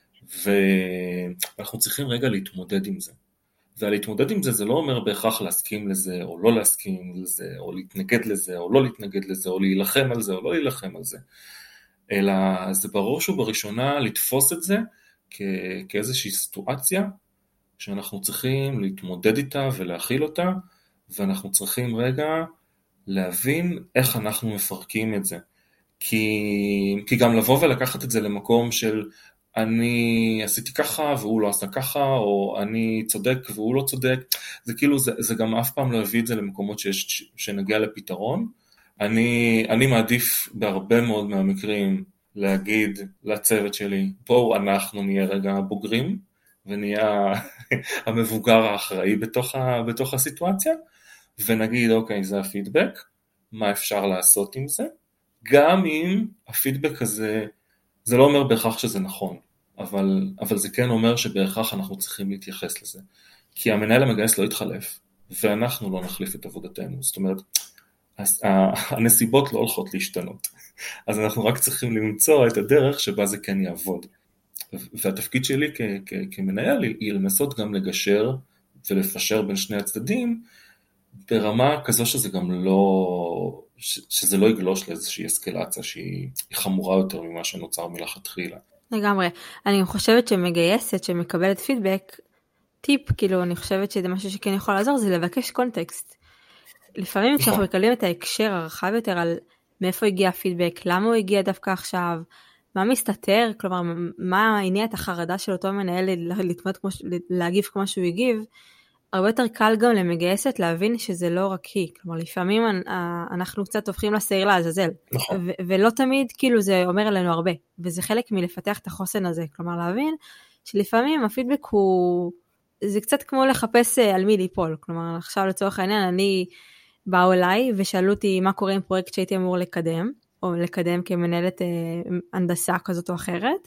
ואנחנו צריכים רגע להתמודד עם זה. ולהתמודד עם זה, זה לא אומר בהכרח להסכים לזה, או לא להסכים לזה, או להתנגד לזה, או לא להתנגד לזה, או להילחם על זה, או לא להילחם על זה. אלא זה ברור שהוא בראשונה לתפוס את זה כאיזושהי סיטואציה, שאנחנו צריכים להתמודד איתה ולהכיל אותה, ואנחנו צריכים רגע להבין איך אנחנו מפרקים את זה. כי גם לבוא ולקחת את זה למקום של אני עשיתי ככה והוא לא עשה ככה, או אני צודק והוא לא צודק, זה כאילו, זה גם אף פעם לא הביא את זה למקומות שנגיע לפתרון. אני מעדיף בהרבה מאוד מהמקרים להגיד לצוות שלי, בואו אנחנו נהיה רגע בוגרים, ונהיה המבוגר האחראי בתוך הסיטואציה, ונגיד אוקיי, זה הפידבק, מה אפשר לעשות עם זה, גם אם הפידבק הזה, זה לא אומר בהכרח שזה נכון, אבל זה כן אומר שבהכרח אנחנו צריכים להתייחס לזה, כי המנהל המגייס לא יתחלף, ואנחנו לא נחליף את עבודתנו, זאת אומרת, הנסיבות לא הולכות להשתנות, אז אנחנו רק צריכים למצוא את הדרך שבה זה כן יעבוד. והתפקיד שלי כמנהל היא לנסות גם לגשר ולפשר בין שני הצדדים, ברמה כזו שזה גם שזה לא יגלוש לאיזושהי אסקלציה שהיא חמורה יותר ממה שנוצר מלכתחילה. לגמרי. אני חושבת שמגייסת שמקבלת פידבק, טיפ, כאילו אני חושבת שזה משהו שכן יכול לעזור, זה לבקש קונטקסט. לפעמים כשאנחנו מקבלים את ההקשר הרחב יותר על מאיפה הגיע הפידבק, למה הוא הגיע דווקא עכשיו, מה מסתתר, כלומר, מה הניע את החרדה של אותו מנהל להגיב כמו שהוא הגיב, הרבה יותר קל גם למגייסת להבין שזה לא רק היא, כלומר, לפעמים אנחנו קצת הופכים לשעיר לעזאזל, ולא תמיד כאילו זה אומר עלינו הרבה, וזה חלק מלפתח את החוסן הזה, כלומר, להבין שלפעמים הפידבק זה קצת כמו לחפש על מי ליפול, כלומר, עכשיו לצורך העניין, אני באו אליי ושאלו אותי מה קורה עם פרויקט שהייתי אמור לקדם, או לקדם כמנהלת הנדסה כזאת או אחרת,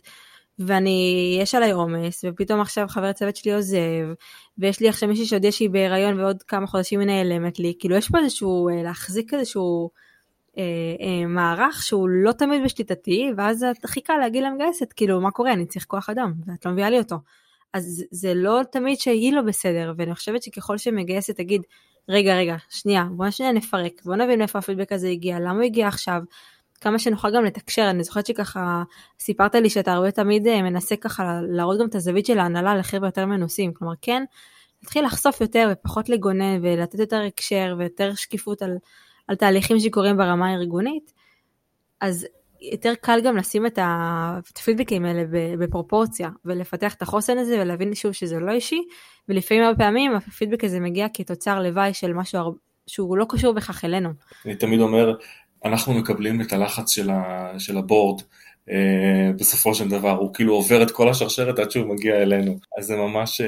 יש עליי עומס, ופתאום עכשיו חבר צוות שלי עוזב, ויש לי עכשיו מישהי שהודיע שהיא בהיריון, ועוד כמה חודשים היא נעלמת לי, כאילו יש פה איזשהו, להחזיק איזשהו מערך, שהוא לא תמיד בשליטתי, ואז הכי קל להגיד למגייסת, כאילו מה קורה, אני צריך כוח אדם, ואת לא מביאה לי אותו. אז זה לא תמיד שהיא לא בסדר, ואני חושבת שככל שמגייסת תגיד, רגע, שנייה, בוא נפרק, בוא נבין איפה הפידבק הזה הגיע, למה הוא הגיע עכשיו, כמה שנוכל גם לתקשר. אני זוכרת שככה סיפרת לי שאתה הרבה תמיד מנסה ככה להראות גם את הזווית של ההנהלה לחבר'ה יותר מנוסים, כלומר כן, להתחיל לחשוף יותר ופחות לגונן ולתת יותר הקשר ויותר שקיפות על תהליכים שקורים ברמה הארגונית, אז יותר קל גם לשים את הפידבקים האלה בפרופורציה ולפתח את החוסן הזה ולהבין שוב שזה לא אישי, ולפעמים הרבה פעמים הפידבק הזה מגיע כתוצר לוואי של משהו שהוא לא קשור בכך אלינו. אני תמיד אומר, אנחנו מקבלים את הלחץ של הבורד, בסופו של דבר, הוא כאילו עובר את כל השרשרת עד שהוא מגיע אלינו, אז זה ממש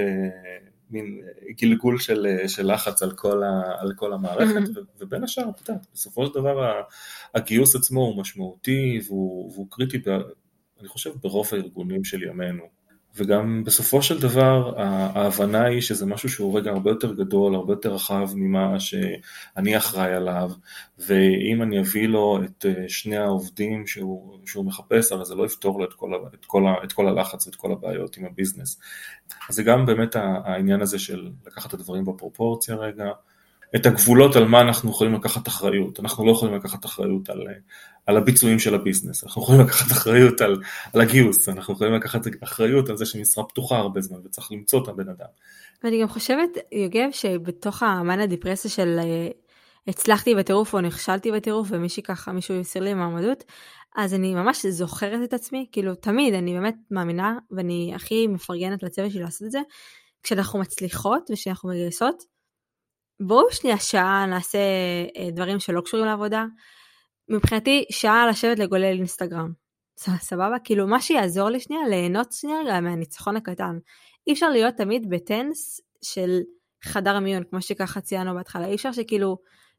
מין גלגול של לחץ על כל המערכת, ובין השאר, בסופו של דבר הגיוס עצמו הוא משמעותי, והוא קריטי, אני חושב, ברוב הארגונים של ימינו. וגם בסופו של דבר ההבנה היא שזה משהו שהוא רגע הרבה יותר גדול, הרבה יותר רחב ממה שאני אחראי עליו, ואם אני אביא לו את שני העובדים שהוא מחפש, הרי זה לא יפתור לו את כל הלחץ ואת כל הבעיות עם הביזנס. אז זה גם באמת העניין הזה של לקחת את הדברים בפרופורציה רגע, את הגבולות על מה אנחנו יכולים לקחת אחריות. אנחנו לא יכולים לקחת אחריות על הביצועים של הביזנס, אנחנו יכולים לקחת אחריות על הגיוס, אנחנו יכולים לקחת אחריות על זה שמשרה פתוחה הרבה זמן, וצריך למצוא את הבן אדם. ואני גם חושבת, יוגב, שבתוך המאניה דיפרסיה של הצלחתי בטירוף או נכשלתי בטירוף, ומישהו יסיר לי מעמדות, אז אני ממש זוכרת את עצמי, כאילו תמיד אני באמת מאמינה, ואני הכי מפרגנת לצוות שלי לעשות את זה, כשאנחנו מצליחות ושאנחנו מגייסות, בואו שנייה שעה נעשה דברים שלא קשורים לעבודה, מבחינתי שעה לשבת לגולל אינסטגרם, סבבה? כאילו מה שיעזור לי שנייה, ליהנות שנייה גם מהניצחון הקטן, אי אפשר להיות תמיד בטנס של חדר המיון, כמו שככה ציינו בהתחלה, אי אפשר שכאילו,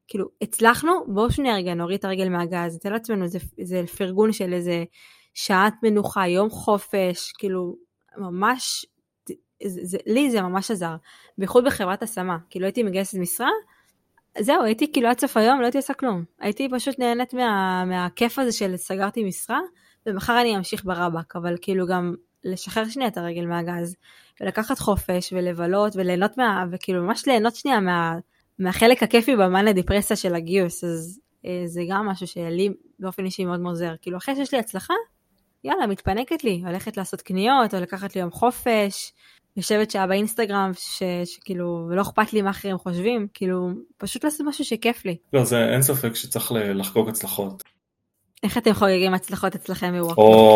כאילו, הצלחנו, בואו שנייה רגע, נוריד את הרגל מהגז, ניתן לעצמנו איזה פרגון של איזה שעת מנוחה, יום חופש, כאילו, ממש, לי זה ממש עזר, בייחוד בחברת השמה, כאילו הייתי מגייסת משרה, זהו, הייתי כאילו עד סוף היום, לא הייתי עושה כלום, הייתי פשוט נהנית מהכיף הזה של סגרתי משרה, ומחר אני אמשיך ברבק, אבל כאילו גם לשחרר שנייה את הרגל מהגז, ולקחת חופש, ולבלות, וליהנות וכאילו ממש ליהנות שנייה מהחלק הכיפי במאניה דיפרסיה של הגיוס, אז זה גם משהו שלי באופן אישי מאוד עוזר, כאילו אחרי שיש לי הצלחה, יאללה, מתפנקת לי, הולכת לעשות קניות, או לקחת לי יום חופש, יושבת שעה באינסטגרם, שכאילו, ולא אכפת לי מה אחרים חושבים, כאילו, פשוט לעשות משהו שכיף לי. לא, זה אין ספק שצריך לחגוג הצלחות. איך אתם חוגגים הצלחות אצלכם מווקמן?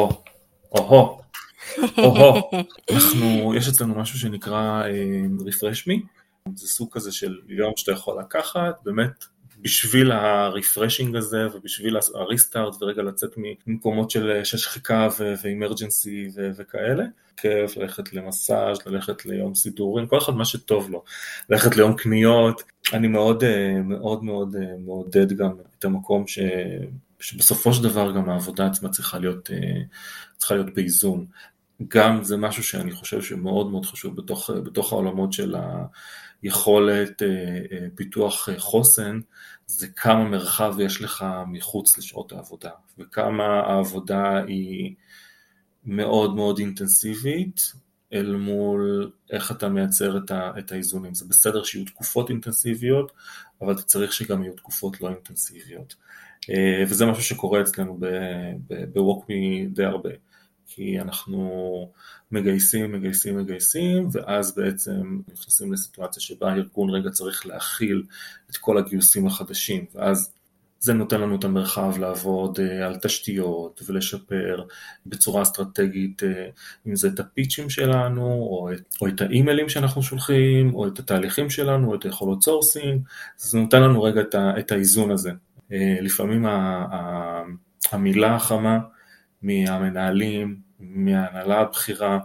יש אצלנו משהו שנקרא Refresh Me, זה סוג כזה של יום שאתה יכול לקחת, באמת בשביל הרפרשינג הזה ובשביל הריסטארט ורגע לצאת ממקומות של שחיקה ואימרג'נסי וכאלה, כיף ללכת למסאז', ללכת ליום סידורים, כל אחד מה שטוב לו, ללכת ליום קניות, אני מאוד מאוד מאוד מעודד גם את המקום שבסופו של דבר גם העבודה עצמה צריכה להיות באיזון. גם זה משהו שאני חושב שמאוד מאוד חשוב בתוך העולמות של היכולת פיתוח חוסן, זה כמה מרחב יש לך מחוץ לשעות העבודה, וכמה העבודה היא מאוד מאוד אינטנסיבית, אל מול איך אתה מייצר את האיזונים. זה בסדר שיהיו תקופות אינטנסיביות, אבל אתה צריך שגם יהיו תקופות לא אינטנסיביות. וזה משהו שקורה אצלנו בווקמי די הרבה. כי אנחנו מגייסים, ואז בעצם נכנסים לסיטואציה שבה הארגון רגע צריך להכיל את כל הגיוסים החדשים, ואז זה נותן לנו את המרחב לעבוד על תשתיות ולשפר בצורה אסטרטגית, אם זה את הפיצ'ים שלנו, או את האימיילים שאנחנו שולחים, או את התהליכים שלנו, או את היכולות סורסינג, זה נותן לנו רגע את האיזון הזה. לפעמים המילה החמה מהמנהלים, מההנהלה הבכירה,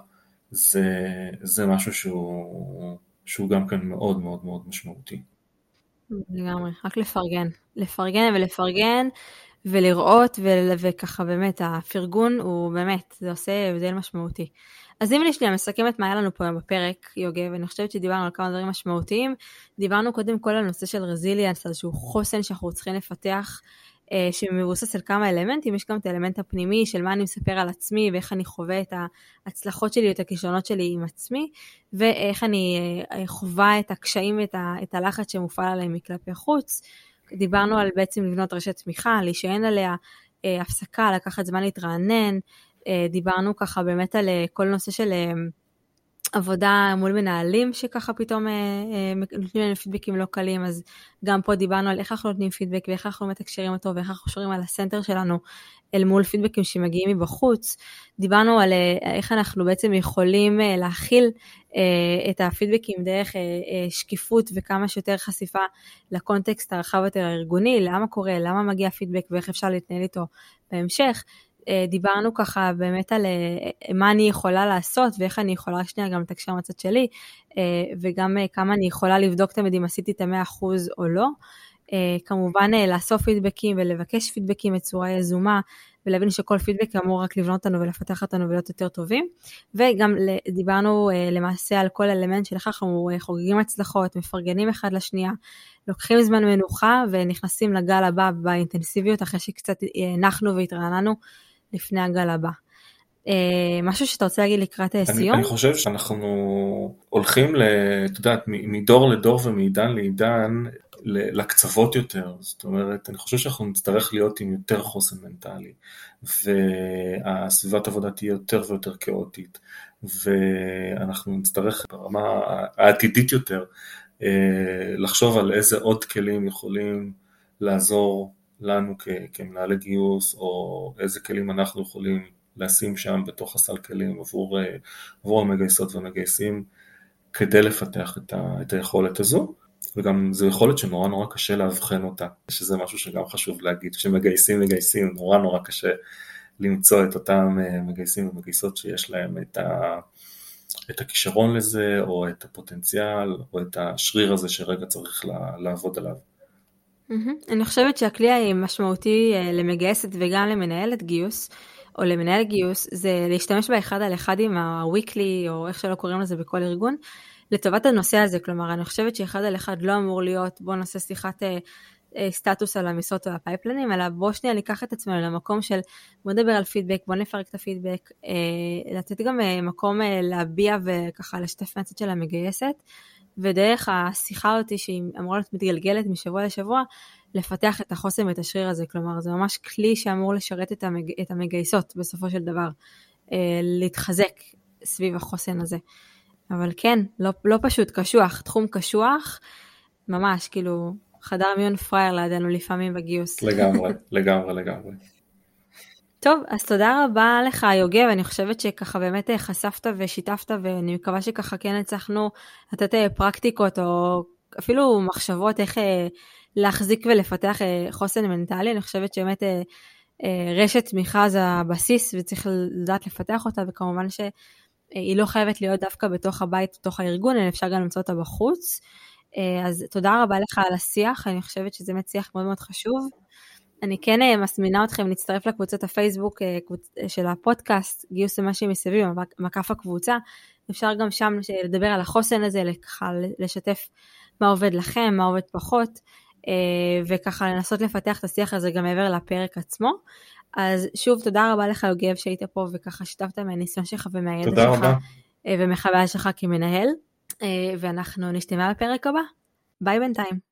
זה משהו שהוא גם כאן מאוד מאוד מאוד משמעותי. לגמרי, רק לפרגן ולראות, וככה באמת הפרגון הוא באמת, זה עושה הבדל משמעותי. אז אם אני מסכמת מה היה לנו פה היום בפרק, יוגב, אני חושבת שדיברנו על כמה דברים משמעותיים, דיברנו קודם כל על נושא של רזיליאנס, על איזשהו חוסן שאנחנו צריכים לפתח, שמבוסס על כמה אלמנטים, יש גם את האלמנט הפנימי של מה אני מספר על עצמי, ואיך אני חווה את ההצלחות שלי, את הכישלונות שלי עם עצמי, ואיך אני חווה את הקשיים ואת הלחץ שמופעל עליהם מכלפי חוץ. דיברנו על בעצם לבנות רשת תמיכה, להישען עליה, הפסקה, לקחת זמן להתרענן, דיברנו ככה באמת על כל נושא של עבודה מול מנהלים שככה פתאום נותנים לנו פידבקים לא קלים, אז גם פה דיברנו על איך אנחנו נותנים פידבק ואיך אנחנו מתקשרים אותו ואיך אנחנו שומרים על הסנטר שלנו אל מול פידבקים שמגיעים מבחוץ. דיברנו על איך אנחנו בעצם יכולים להכיל את הפידבקים דרך שקיפות וכמה שיותר חשיפה לקונטקסט הרחב יותר הארגוני, למה קורה, למה מגיע פידבק ואיך אפשר להתנהל איתו בהמשך. דיברנו ככה באמת על מה אני יכולה לעשות, ואיך אני יכולה שנייה גם לתקשר מצד שלי, וגם כמה אני יכולה לבדוק תמיד אם עשיתי את 100% או לא. כמובן לאסוף פידבקים ולבקש פידבקים בצורה יזומה, ולהבין שכל פידבק אמור רק לבנות אותנו ולפתח אותנו ולהיות יותר טובים. וגם דיברנו למעשה על כל אלמנט של איך אנחנו חוגגים הצלחות, מפרגנים אחד לשנייה, לוקחים זמן מנוחה ונכנסים לגל הבא באינטנסיביות, אחרי שקצת נחנו והתרעננו לפני הגל הבא. משהו שאתה רוצה להגיד לקראת סיום? אני חושב שאנחנו הולכים, את יודעת, מדור לדור ומעידן לעידן, לקצוות יותר. זאת אומרת, אני חושב שאנחנו נצטרך להיות עם יותר חוסן מנטלי, והסביבת עבודה תהיה יותר ויותר כאוטית, ואנחנו נצטרך ברמה העתידית יותר, לחשוב על איזה עוד כלים יכולים לעזור לנו כמנהלי גיוס, או איזה כלים אנחנו יכולים לשים שם בתוך הסל כלים עבור המגייסות והמגייסים, כדי לפתח את היכולת הזו, וגם זו יכולת שנורא נורא קשה להבחן אותה, שזה משהו שגם חשוב להגיד, כשמגייסים נורא קשה למצוא את אותם מגייסים ומגייסות שיש להם את הכישרון לזה, או את הפוטנציאל, או את השריר הזה שרגע צריך לעבוד עליו. אני חושבת שהכלי המשמעותי למגייסת וגם למנהלת גיוס, או למנהל גיוס, זה להשתמש באחד על אחד עם הוויקלי, או איך שלא קוראים לזה בכל ארגון, לטובת הנושא הזה. כלומר, אני חושבת שאחד על אחד לא אמור להיות, בוא נעשה שיחת סטטוס על המשרות או הפייפלנים, אלא בוא שנייה ניקח את עצמנו למקום של בוא נדבר על פידבק, בוא נפרק את הפידבק, לתת גם מקום להביע וככה לשתף מהצד של המגייסת, ודרך השיחה אותי שהיא אמורה להיות מתגלגלת משבוע לשבוע, לפתח את החוסן ואת השריר הזה. כלומר, זה ממש כלי שאמור לשרת את המגייסות בסופו של דבר, להתחזק סביב החוסן הזה. אבל כן, לא פשוט, קשוח, תחום קשוח, ממש כאילו חדר מיון פרייר לידינו לפעמים בגיוס. לגמרי. טוב, אז תודה רבה לך יוגב, אני חושבת שככה באמת חשפת ושיתפת, ואני מקווה שככה כן הצלחנו לתת פרקטיקות או אפילו מחשבות איך להחזיק ולפתח חוסן מנטלי. אני חושבת שבאמת רשת תמיכה זה הבסיס וצריך לדעת לפתח אותה, וכמובן שהיא לא חייבת להיות דווקא בתוך הבית, בתוך הארגון, אלא אפשר גם למצוא אותה בחוץ. אז תודה רבה לך על השיח, אני חושבת שזה באמת שיח מאוד מאוד חשוב. אני כן מסמינה אתכם להצטרף לקבוצת הפייסבוק של הפודקאסט, גיוס למה שמסביב, מקף הקבוצה. אפשר גם שם לדבר על החוסן הזה, לשתף מה עובד לכם, מה עובד פחות, וככה לנסות לפתח את השיח הזה גם מעבר לפרק עצמו. אז שוב, תודה רבה לך יוגב שהיית פה, וככה שיתפת מהניסיון שלך ומהידע שלך, ומחוויה שלך כמנהל, ואנחנו נשתמע בפרק הבא. ביי בינתיים.